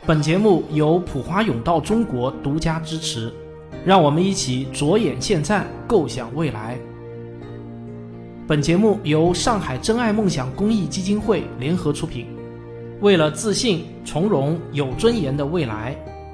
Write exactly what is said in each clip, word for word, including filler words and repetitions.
本节目由普华永道中国独家支持，让我们一起着眼现在，构想未来。本节目由上海真爱梦想公益基金会联合出品，为了自信、从容、有尊严的未来。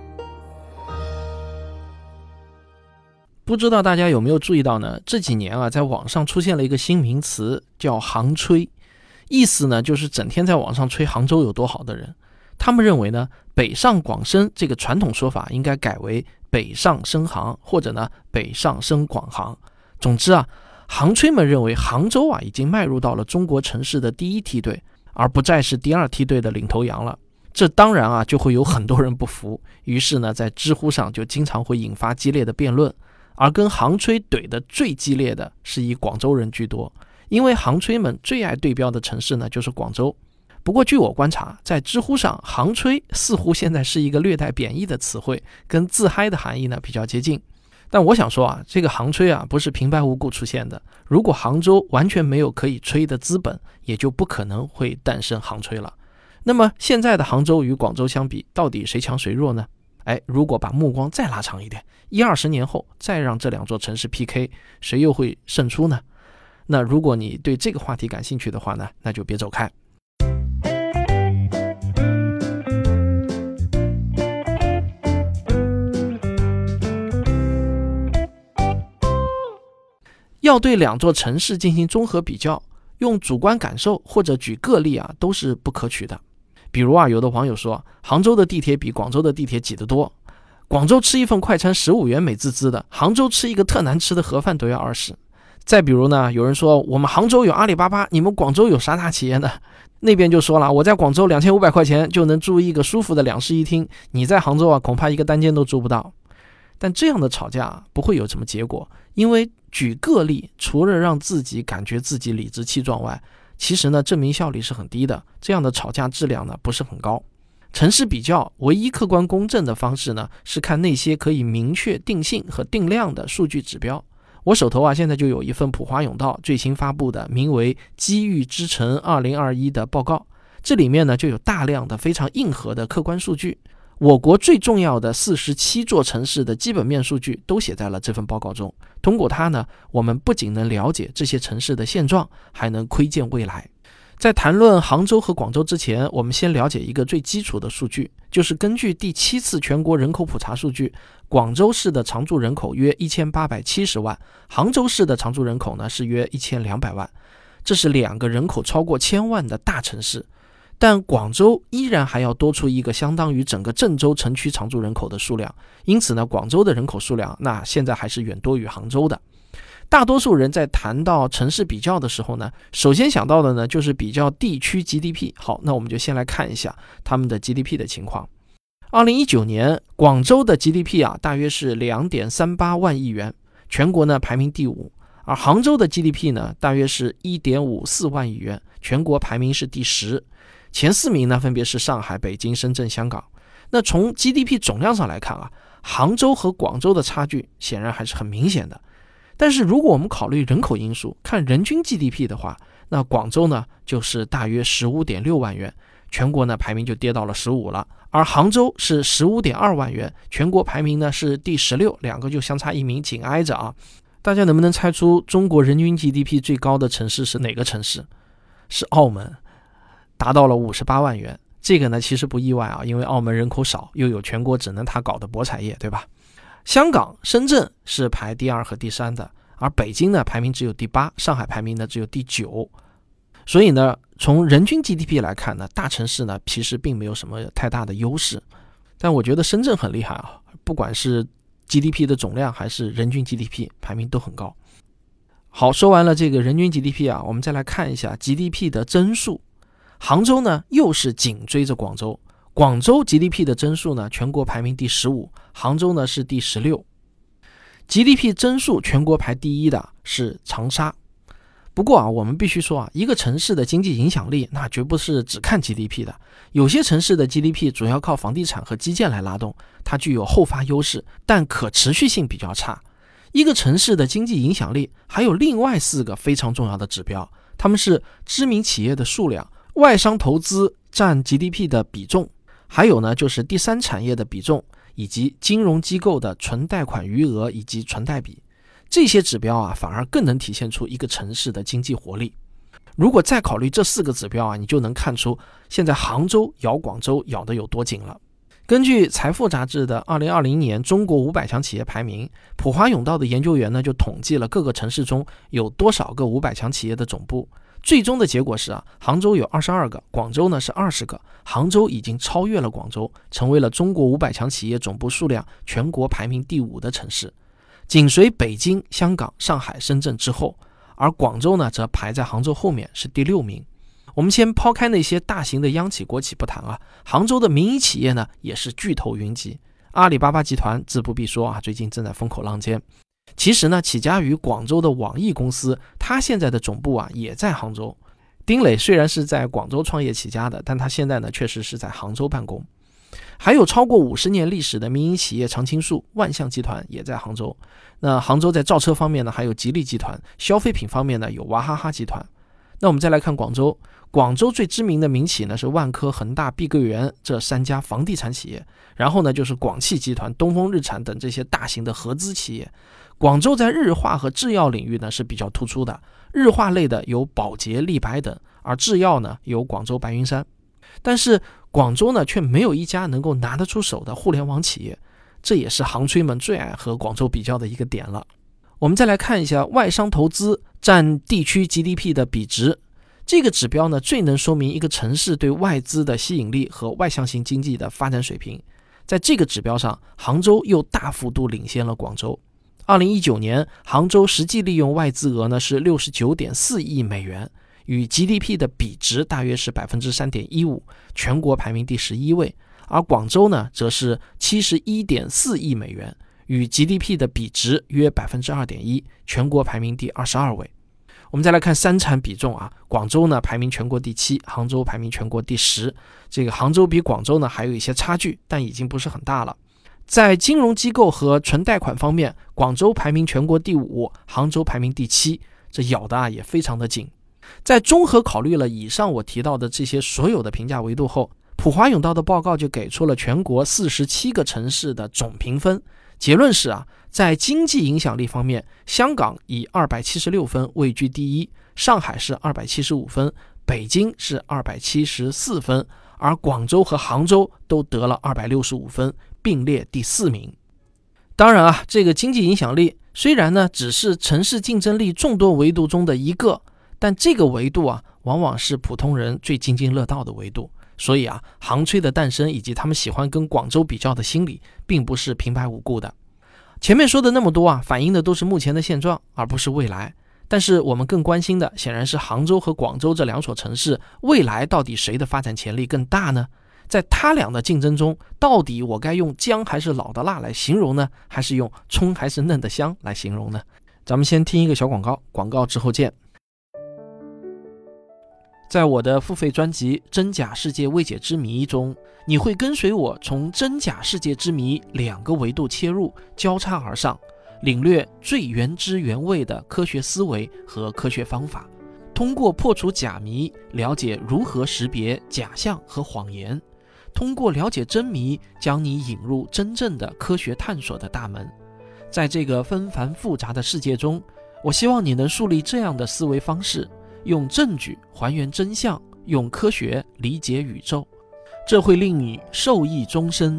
不知道大家有没有注意到呢？这几年啊，在网上出现了一个新名词，叫杭吹。意思呢，就是整天在网上吹杭州有多好的人。他们认为呢，北上广深这个传统说法应该改为北上深杭，或者呢，北上深广杭。总之啊，杭吹们认为杭州啊已经迈入到了中国城市的第一梯队，而不再是第二梯队的领头羊了。这当然啊，就会有很多人不服，于是呢，在知乎上就经常会引发激烈的辩论。而跟杭吹怼的最激烈的是以广州人居多，因为杭吹们最爱对标的城市呢就是广州。不过据我观察，在知乎上，杭吹似乎现在是一个略带贬义的词汇，跟自嗨的含义呢比较接近。但我想说啊，这个杭吹啊不是平白无故出现的，如果杭州完全没有可以吹的资本，也就不可能会诞生杭吹了。那么现在的杭州与广州相比，到底谁强谁弱呢？哎，如果把目光再拉长一点，一二十年后再让这两座城市 P K， 谁又会胜出呢？那如果你对这个话题感兴趣的话呢，那就别走开。要对两座城市进行综合比较，用主观感受或者举个例啊，都是不可取的。比如啊，有的网友说，杭州的地铁比广州的地铁挤得多，广州吃一份快餐十五元美滋滋的，杭州吃一个特难吃的盒饭都要二十。再比如呢，有人说我们杭州有阿里巴巴，你们广州有啥大企业呢？那边就说了，我在广州两千五百块钱就能住一个舒服的两室一厅，你在杭州啊，恐怕一个单间都住不到。但这样的吵架不会有什么结果，因为举个例除了让自己感觉自己理直气壮外，其实呢证明效率是很低的，这样的吵架质量呢不是很高。城市比较唯一客观公正的方式呢，是看那些可以明确定性和定量的数据指标。我手头啊现在就有一份普华永道最新发布的名为《机遇之城二零二一》的报告，这里面呢就有大量的非常硬核的客观数据。我国最重要的四十七座城市的基本面数据都写在了这份报告中。通过它呢，我们不仅能了解这些城市的现状，还能窥见未来。在谈论杭州和广州之前，我们先了解一个最基础的数据，就是根据第七次全国人口普查数据，广州市的常住人口约一千八百七十万，杭州市的常住人口呢是约一千两百万。这是两个人口超过千万的大城市。但广州依然还要多出一个相当于整个郑州城区常住人口的数量，因此呢，广州的人口数量那现在还是远多于杭州的。大多数人在谈到城市比较的时候呢，首先想到的呢就是比较地区 G D P。 好，那我们就先来看一下他们的 G D P 的情况。二零一九年广州的 G D P 啊大约是 两点三八万亿元，全国呢排名第五。而杭州的 G D P 呢大约是 一点五四万亿元，全国排名是第十。前四名呢分别是上海、北京、深圳、香港。那从 G D P 总量上来看啊，杭州和广州的差距显然还是很明显的。但是如果我们考虑人口因素，看人均 G D P 的话，那广州呢就是大约 十五点六万元，全国呢排名就跌到了十五了。而杭州是 十五点二万元，全国排名呢是第十六，两个就相差一名，紧挨着啊。大家能不能猜出中国人均 G D P 最高的城市是哪个城市？是澳门，达到了五十八万元。这个呢其实不意外啊，因为澳门人口少，又有全国只能他搞的博彩业，对吧？香港、深圳是排第二和第三的，而北京呢排名只有第八，上海排名呢只有第九。所以呢，从人均 G D P 来看呢，大城市呢其实并没有什么太大的优势。但我觉得深圳很厉害啊，不管是 G D P 的总量还是人均 G D P 排名都很高。好，说完了这个人均 G D P 啊，我们再来看一下 G D P 的增速。杭州呢又是紧追着广州，广州 G D P 的增速呢全国排名第十五，杭州呢是第十六。G D P 增速全国排第一的是长沙。不过啊，我们必须说啊，一个城市的经济影响力那绝不是只看 G D P 的。有些城市的 G D P 主要靠房地产和基建来拉动，它具有后发优势，但可持续性比较差。一个城市的经济影响力还有另外四个非常重要的指标，它们是知名企业的数量、外商投资占 G D P 的比重， 还有呢就是第三产业的比重，以及金融机构的纯贷款余额以及存贷比。这些指标啊，反而更能体现出一个城市的经济活力。如果再考虑这四个指标啊，你就能看出现在杭州咬广州咬得有多紧了。根据财富杂志的二零二零年中国五百强企业排名，普华永道的研究员呢就统计了各个城市中有多少个五百强企业的总部。最终的结果是啊，杭州有二十二个，广州呢是二十个，杭州已经超越了广州，成为了中国五百强企业总部数量全国排名第五的城市，紧随北京、香港、上海、深圳之后，而广州呢则排在杭州后面，是第六名。我们先抛开那些大型的央企国企不谈啊，杭州的民营企业呢也是巨头云集，阿里巴巴集团自不必说啊，最近正在风口浪尖。其实呢，起家于广州的网易公司，它现在的总部啊也在杭州。丁磊虽然是在广州创业起家的，但他现在呢确实是在杭州办公。还有超过五十年历史的民营企业常青树、万象集团也在杭州。那杭州在造车方面呢，还有吉利集团；消费品方面呢，有娃哈哈集团。那我们再来看广州，广州最知名的民企呢是万科、恒大、碧桂园这三家房地产企业，然后呢就是广汽集团、东风日产等这些大型的合资企业。广州在日化和制药领域呢是比较突出的，日化类的有宝洁、立白等，而制药呢有广州白云山。但是广州呢却没有一家能够拿得出手的互联网企业，这也是杭吹们最爱和广州比较的一个点了。我们再来看一下外商投资占地区 G D P 的比值，这个指标呢最能说明一个城市对外资的吸引力和外向型经济的发展水平。在这个指标上，杭州又大幅度领先了广州。二零一九年，杭州实际利用外资额呢是 六十九点四亿美元，与 G D P 的比值大约是 百分之三点一五， 全国排名第十一位。而广州呢则是 七十一点四亿美元，与 G D P 的比值约 百分之二点一， 全国排名第二十二位。我们再来看三产比重啊，广州呢排名全国第七，杭州排名全国第十。这个杭州比广州呢还有一些差距，但已经不是很大了。在金融机构和纯贷款方面，广州排名全国第五，杭州排名第七，这咬的啊也非常的紧。在综合考虑了以上我提到的这些所有的评价维度后，普华永道的报告就给出了全国四十七个城市的总评分。结论是啊，在经济影响力方面，香港以二百七十六分位居第一，上海是二百七十五分，北京是二百七十四分，而广州和杭州都得了二百六十五分，并列第四名。当然啊，这个经济影响力虽然呢只是城市竞争力众多维度中的一个，但这个维度啊往往是普通人最津津乐道的维度。所以啊，杭吹的诞生以及他们喜欢跟广州比较的心理并不是平白无故的。前面说的那么多啊，反映的都是目前的现状，而不是未来。但是我们更关心的显然是杭州和广州这两所城市未来到底谁的发展潜力更大呢？在他俩的竞争中，到底我该用姜还是老的辣来形容呢？还是用葱还是嫩的香来形容呢？咱们先听一个小广告，广告之后见。在我的付费专辑《真假世界未解之谜》中，你会跟随我从真假世界之谜两个维度切入，交叉而上，领略最原汁原味的科学思维和科学方法，通过破除假谜，了解如何识别假象和谎言，通过了解真谜，将你引入真正的科学探索的大门。在这个纷繁复杂的世界中，我希望你能树立这样的思维方式，用证据还原真相，用科学理解宇宙，这会令你受益终身。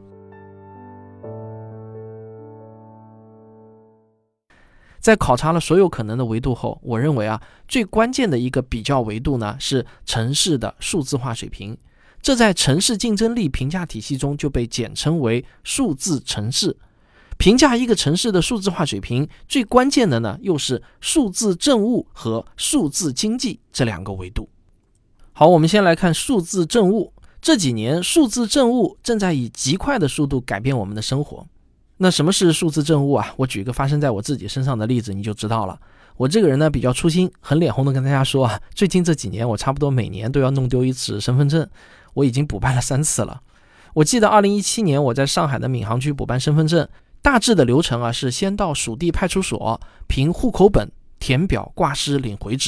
在考察了所有可能的维度后，我认为啊，最关键的一个比较维度呢是城市的数字化水平。这在城市竞争力评价体系中就被简称为数字城市。评价一个城市的数字化水平，最关键的呢，又是数字政务和数字经济这两个维度。好，我们先来看数字政务。这几年，数字政务正在以极快的速度改变我们的生活。那什么是数字政务啊？我举个发生在我自己身上的例子，你就知道了。我这个人呢比较粗心，很脸红的跟大家说啊，最近这几年我差不多每年都要弄丢一次身份证，我已经补办了三次了。我记得二零一七年我在上海的闵行区补办身份证，大致的流程啊是先到属地派出所凭户口本填表挂失领回执，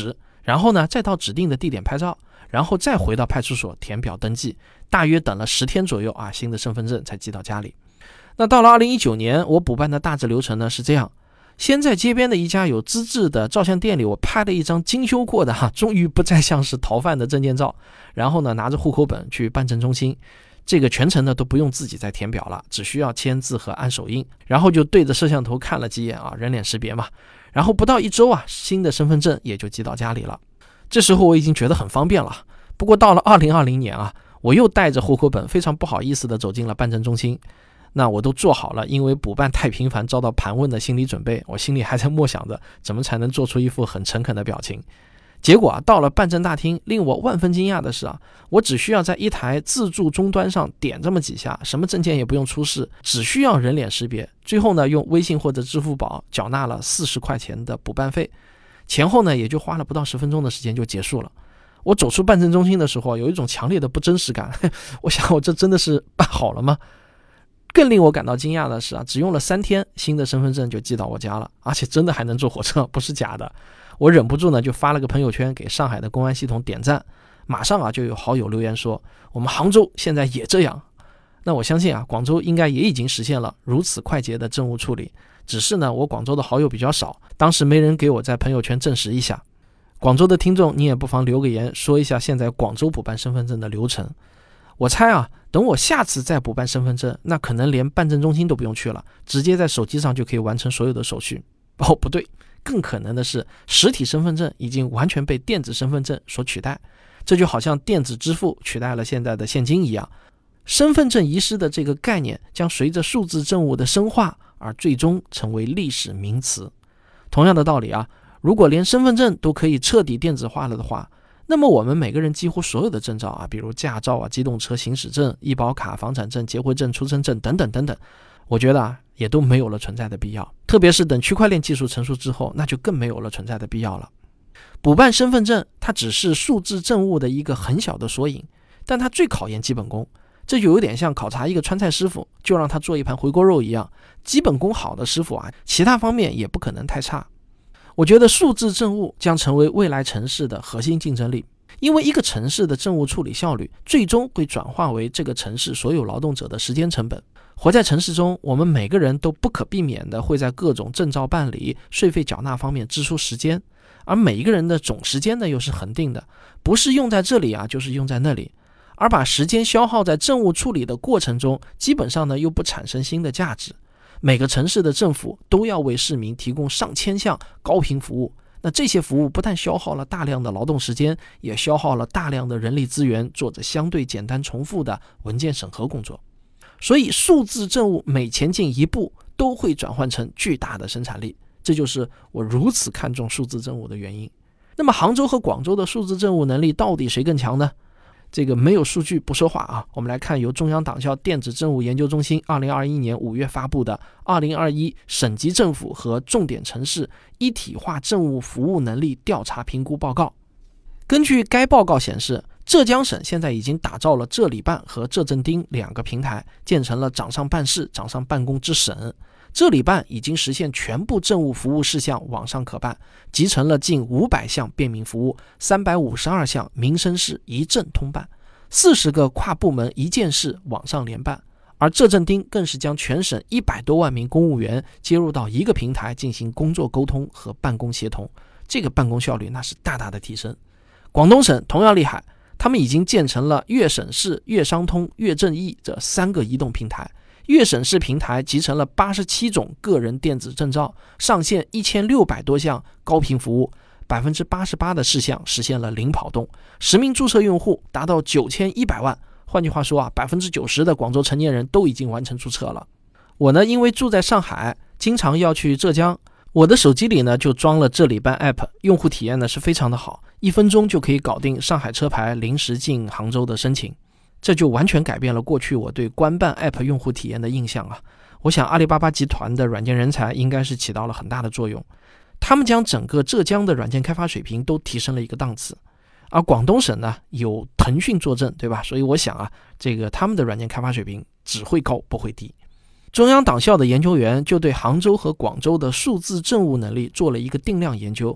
然后呢再到指定的地点拍照，然后再回到派出所填表登记，大约等了十天左右啊，新的身份证才寄到家里。那到了二零一九年，我补办的大致流程呢是这样：先在街边的一家有资质的照相店里，我拍了一张精修过的哈，终于不再像是逃犯的证件照。然后呢，拿着户口本去办证中心，这个全程呢都不用自己再填表了，只需要签字和按手印，然后就对着摄像头看了几眼啊，人脸识别嘛。然后不到一周啊，新的身份证也就寄到家里了。这时候我已经觉得很方便了。不过到了二零二零年啊，我又带着户口本，非常不好意思的走进了办证中心。那我都做好了因为补办太频繁遭到盘问的心理准备，我心里还在默想着怎么才能做出一副很诚恳的表情。结果啊，到了办证大厅，令我万分惊讶的是啊，我只需要在一台自助终端上点这么几下，什么证件也不用出示，只需要人脸识别。最后呢，用微信或者支付宝缴纳了四十块钱的补办费，前后呢也就花了不到十分钟的时间就结束了。我走出办证中心的时候，有一种强烈的不真实感，我想我这真的是办好了吗？更令我感到惊讶的是啊，只用了三天，新的身份证就寄到我家了，而且真的还能坐火车，不是假的。我忍不住呢，就发了个朋友圈给上海的公安系统点赞，马上啊就有好友留言说，我们杭州现在也这样。那我相信啊，广州应该也已经实现了如此快捷的政务处理，只是呢，我广州的好友比较少，当时没人给我在朋友圈证实一下。广州的听众，你也不妨留个言，说一下现在广州补办身份证的流程。我猜啊，等我下次再补办身份证，那可能连办证中心都不用去了，直接在手机上就可以完成所有的手续。哦，不对，更可能的是，实体身份证已经完全被电子身份证所取代，这就好像电子支付取代了现在的现金一样。身份证遗失的这个概念将随着数字政务的深化而最终成为历史名词。同样的道理啊，如果连身份证都可以彻底电子化了的话，那么我们每个人几乎所有的证照啊，比如驾照啊、机动车行驶证、医保卡、房产证、结婚证、出生证等等等等，我觉得啊，也都没有了存在的必要。特别是等区块链技术成熟之后，那就更没有了存在的必要了。补办身份证，它只是数字政务的一个很小的缩影，但它最考验基本功。这就有点像考察一个川菜师傅，就让他做一盘回锅肉一样，基本功好的师傅啊，其他方面也不可能太差。我觉得数字政务将成为未来城市的核心竞争力，因为一个城市的政务处理效率最终会转化为这个城市所有劳动者的时间成本。活在城市中，我们每个人都不可避免的会在各种证照办理、税费缴纳方面支出时间，而每一个人的总时间呢又是恒定的，不是用在这里啊，就是用在那里。而把时间消耗在政务处理的过程中，基本上呢又不产生新的价值。每个城市的政府都要为市民提供上千项高频服务，那这些服务不但消耗了大量的劳动时间，也消耗了大量的人力资源，做着相对简单重复的文件审核工作。所以数字政务每前进一步都会转换成巨大的生产力，这就是我如此看重数字政务的原因。那么杭州和广州的数字政务能力到底谁更强呢？这个没有数据不说话啊，我们来看由中央党校电子政务研究中心二零二一年五月发布的二零二一省级政府和重点城市一体化政务服务能力调查评估报告。根据该报告显示，浙江省现在已经打造了浙理办和浙政丁两个平台，建成了掌上办事、掌上办公之省。浙理办已经实现全部政务服务事项网上可办，集成了近五百项便民服务，三百五十二项民生事一证通办，四十个跨部门一件事网上联办。而浙政丁更是将全省一百多万名公务员接入到一个平台进行工作沟通和办公协同，这个办公效率那是大大的提升。广东省同样厉害，他们已经建成了粤省事、粤商通、粤政易这三个移动平台。粤省事平台集成了八十七种个人电子证照，上线一千六百多项高频服务， 百分之八十八 的事项实现了零跑动，实名注册用户达到九千一百万。换句话说啊 百分之九十 的广州成年人都已经完成注册了。我呢，因为住在上海，经常要去浙江，我的手机里呢就装了浙理办 app， 用户体验呢是非常的好，一分钟就可以搞定上海车牌临时进杭州的申请。这就完全改变了过去我对官办 app 用户体验的印象啊！我想阿里巴巴集团的软件人才应该是起到了很大的作用，他们将整个浙江的软件开发水平都提升了一个档次。而广东省呢有腾讯坐镇，对吧？所以我想啊，这个他们的软件开发水平只会高不会低。中央党校的研究员就对杭州和广州的数字政务能力做了一个定量研究，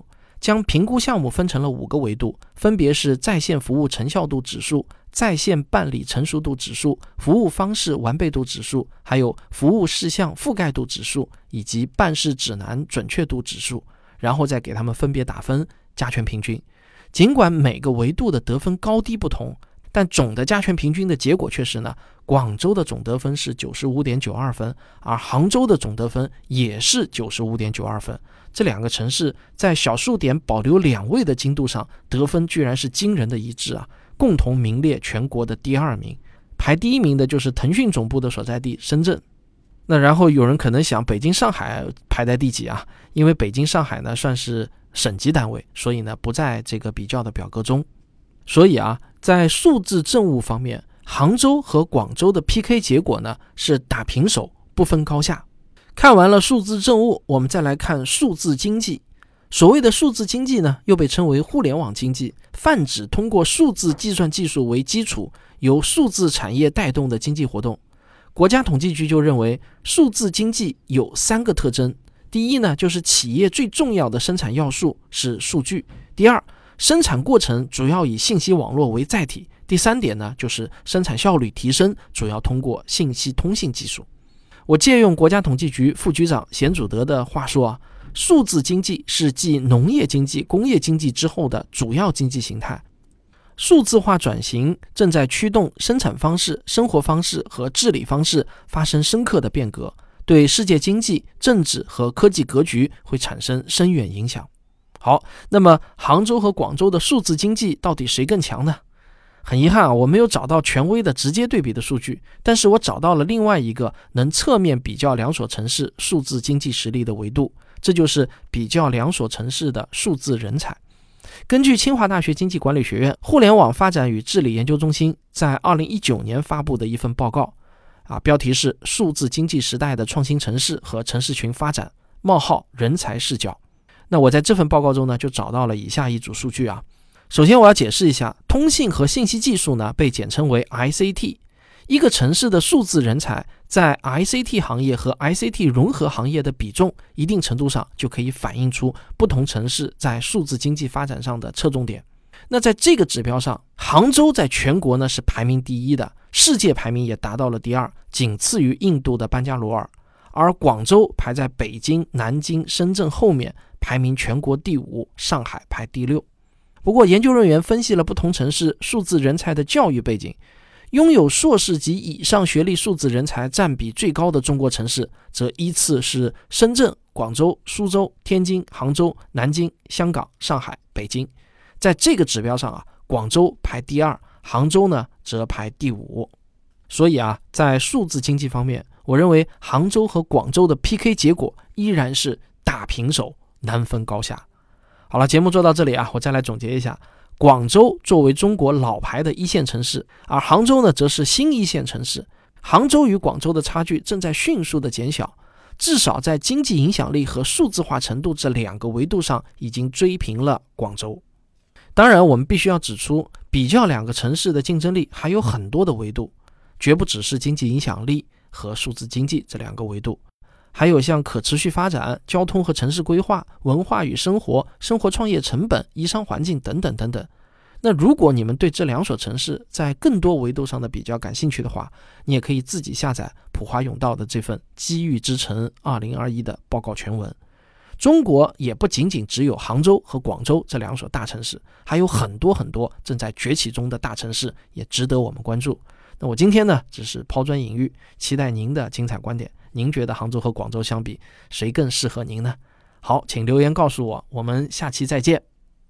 将评估项目分成了五个维度，分别是在线服务成效度指数、在线办理成熟度指数、服务方式完备度指数，还有服务事项覆盖度指数以及办事指南准确度指数，然后再给他们分别打分，加权平均。尽管每个维度的得分高低不同，但总的加权平均的结果却是呢，广州的总得分是 九十五点九二 分，而杭州的总得分也是 九十五点九二 分。这两个城市在小数点保留两位的精度上，得分居然是惊人的一致啊，共同名列全国的第二名。排第一名的就是腾讯总部的所在地深圳。那然后有人可能想，北京上海排在第几啊？因为北京上海呢算是省级单位，所以呢不在这个比较的表格中。所以啊，在数字政务方面，杭州和广州的 P K 结果呢是打平手，不分高下。看完了数字政务，我们再来看数字经济。所谓的数字经济呢，又被称为互联网经济，泛指通过数字计算技术为基础，由数字产业带动的经济活动。国家统计局就认为，数字经济有三个特征。第一呢，就是企业最重要的生产要素是数据。第二，生产过程主要以信息网络为载体。第三点呢，就是生产效率提升主要通过信息通信技术。我借用国家统计局副局长贤祖德的话说啊，数字经济是继农业经济、工业经济之后的主要经济形态。数字化转型正在驱动生产方式、生活方式和治理方式发生深刻的变革，对世界经济、政治和科技格局会产生深远影响。好，那么杭州和广州的数字经济到底谁更强呢？很遗憾啊，我没有找到权威的直接对比的数据，但是我找到了另外一个能侧面比较两所城市数字经济实力的维度，这就是比较两所城市的数字人才。根据清华大学经济管理学院互联网发展与治理研究中心在二零一九年发布的一份报告啊，标题是数字经济时代的创新城市和城市群发展冒号人才视角。那我在这份报告中呢，就找到了以下一组数据啊。首先我要解释一下，通信和信息技术呢被简称为 I C T。 一个城市的数字人才在 I C T 行业和 I C T 融合行业的比重，一定程度上就可以反映出不同城市在数字经济发展上的侧重点。那在这个指标上，杭州在全国呢是排名第一的，世界排名也达到了第二，仅次于印度的班加罗尔。而广州排在北京、南京、深圳后面，排名全国第五，上海排第六。不过研究人员分析了不同城市数字人才的教育背景，拥有硕士及以上学历数字人才占比最高的中国城市则依次是深圳、广州、苏州、天津、杭州、南京、香港、上海、北京。在这个指标上啊，广州排第二，杭州呢则排第五。所以啊，在数字经济方面，我认为杭州和广州的 P K 结果依然是打平手，难分高下。好了，节目做到这里啊，我再来总结一下。广州作为中国老牌的一线城市，而杭州呢则是新一线城市。杭州与广州的差距正在迅速的减小，至少在经济影响力和数字化程度这两个维度上已经追平了广州。当然我们必须要指出，比较两个城市的竞争力还有很多的维度，绝不只是经济影响力和数字经济这两个维度，还有像可持续发展、交通和城市规划、文化与生活、生活创业成本、宜商环境等等等等。那如果你们对这两所城市在更多维度上的比较感兴趣的话，你也可以自己下载普华永道的这份机遇之城二零二一的报告全文。中国也不仅仅只有杭州和广州这两所大城市，还有很多很多正在崛起中的大城市也值得我们关注。那我今天呢只是抛砖引玉，期待您的精彩观点。您觉得杭州和广州相比，谁更适合您呢？好，请留言告诉我，我们下期再见。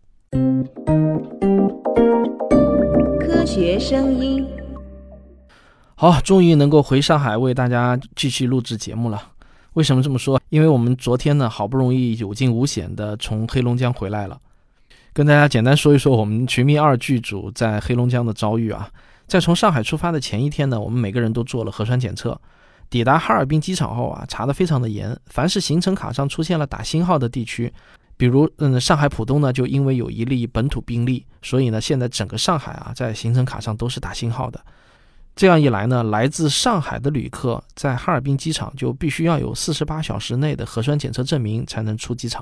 科学声音。 好，终于能够回上海为大家继续录制节目了。为什么这么说？因为我们昨天呢好不容易有惊无险的从黑龙江回来了。跟大家简单说一说我们群秘二剧组在黑龙江的遭遇啊。在从上海出发的前一天呢，我们每个人都做了核酸检测。抵达哈尔滨机场后啊，查得非常的严，凡是行程卡上出现了打星号的地区，比如嗯上海浦东呢，就因为有一例本土病例，所以呢现在整个上海啊在行程卡上都是打星号的。这样一来呢，来自上海的旅客在哈尔滨机场就必须要有四十八小时内的核酸检测证明才能出机场。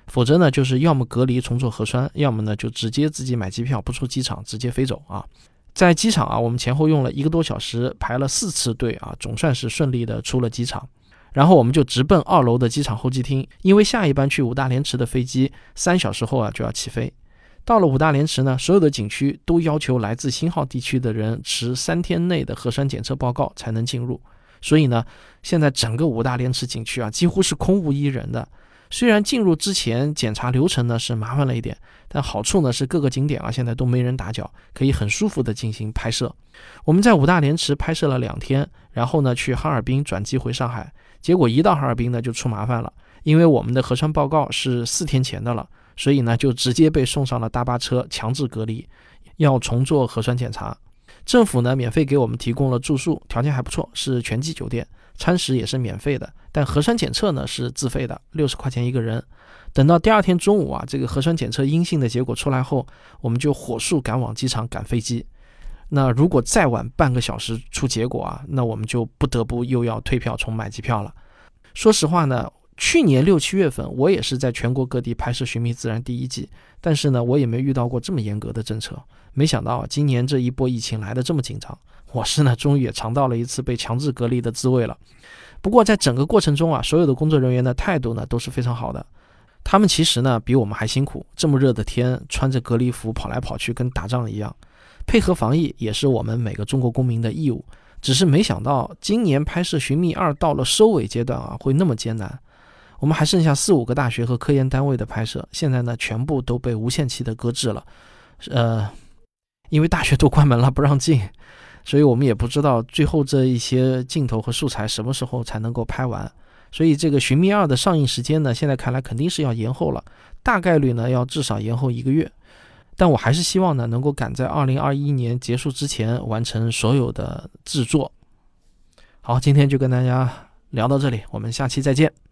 否则呢就是要么隔离重做核酸，要么呢就直接自己买机票不出机场直接飞走啊。在机场啊，我们前后用了一个多小时，排了四次队啊，总算是顺利的出了机场。然后我们就直奔二楼的机场候机厅，因为下一班去五大连池的飞机三小时后啊就要起飞。到了五大连池呢，所有的景区都要求来自星号地区的人持三天内的核酸检测报告才能进入。所以呢，现在整个五大连池景区啊几乎是空无一人的。虽然进入之前检查流程呢是麻烦了一点，但好处呢是各个景点啊现在都没人打搅，可以很舒服的进行拍摄。我们在五大连池拍摄了两天，然后呢去哈尔滨转机回上海。结果一到哈尔滨呢就出麻烦了，因为我们的核酸报告是四天前的了，所以呢就直接被送上了大巴车强制隔离，要重做核酸检查。政府呢免费给我们提供了住宿，条件还不错，是全季酒店，餐食也是免费的，但核酸检测呢是自费的，六十块钱一个人。等到第二天中午啊，这个核酸检测阴性的结果出来后，我们就火速赶往机场赶飞机。那如果再晚半个小时出结果啊，那我们就不得不又要退票重买机票了。说实话呢，去年六七月份我也是在全国各地拍摄《寻觅自然》第一季，但是呢我也没遇到过这么严格的政策。没想到今年这一波疫情来得这么紧张，我是呢终于也尝到了一次被强制隔离的滋味了。不过在整个过程中啊，所有的工作人员的态度呢都是非常好的。他们其实呢比我们还辛苦，这么热的天穿着隔离服跑来跑去跟打仗一样。配合防疫也是我们每个中国公民的义务，只是没想到今年拍摄《寻觅二》到了收尾阶段啊会那么艰难。我们还剩下四五个大学和科研单位的拍摄，现在呢全部都被无限期的搁置了。呃，因为大学都关门了不让进，所以我们也不知道最后这一些镜头和素材什么时候才能够拍完。所以这个《寻觅二》的上映时间呢，现在看来肯定是要延后了，大概率呢要至少延后一个月。但我还是希望呢能够赶在二零二一年结束之前完成所有的制作。好，今天就跟大家聊到这里，我们下期再见。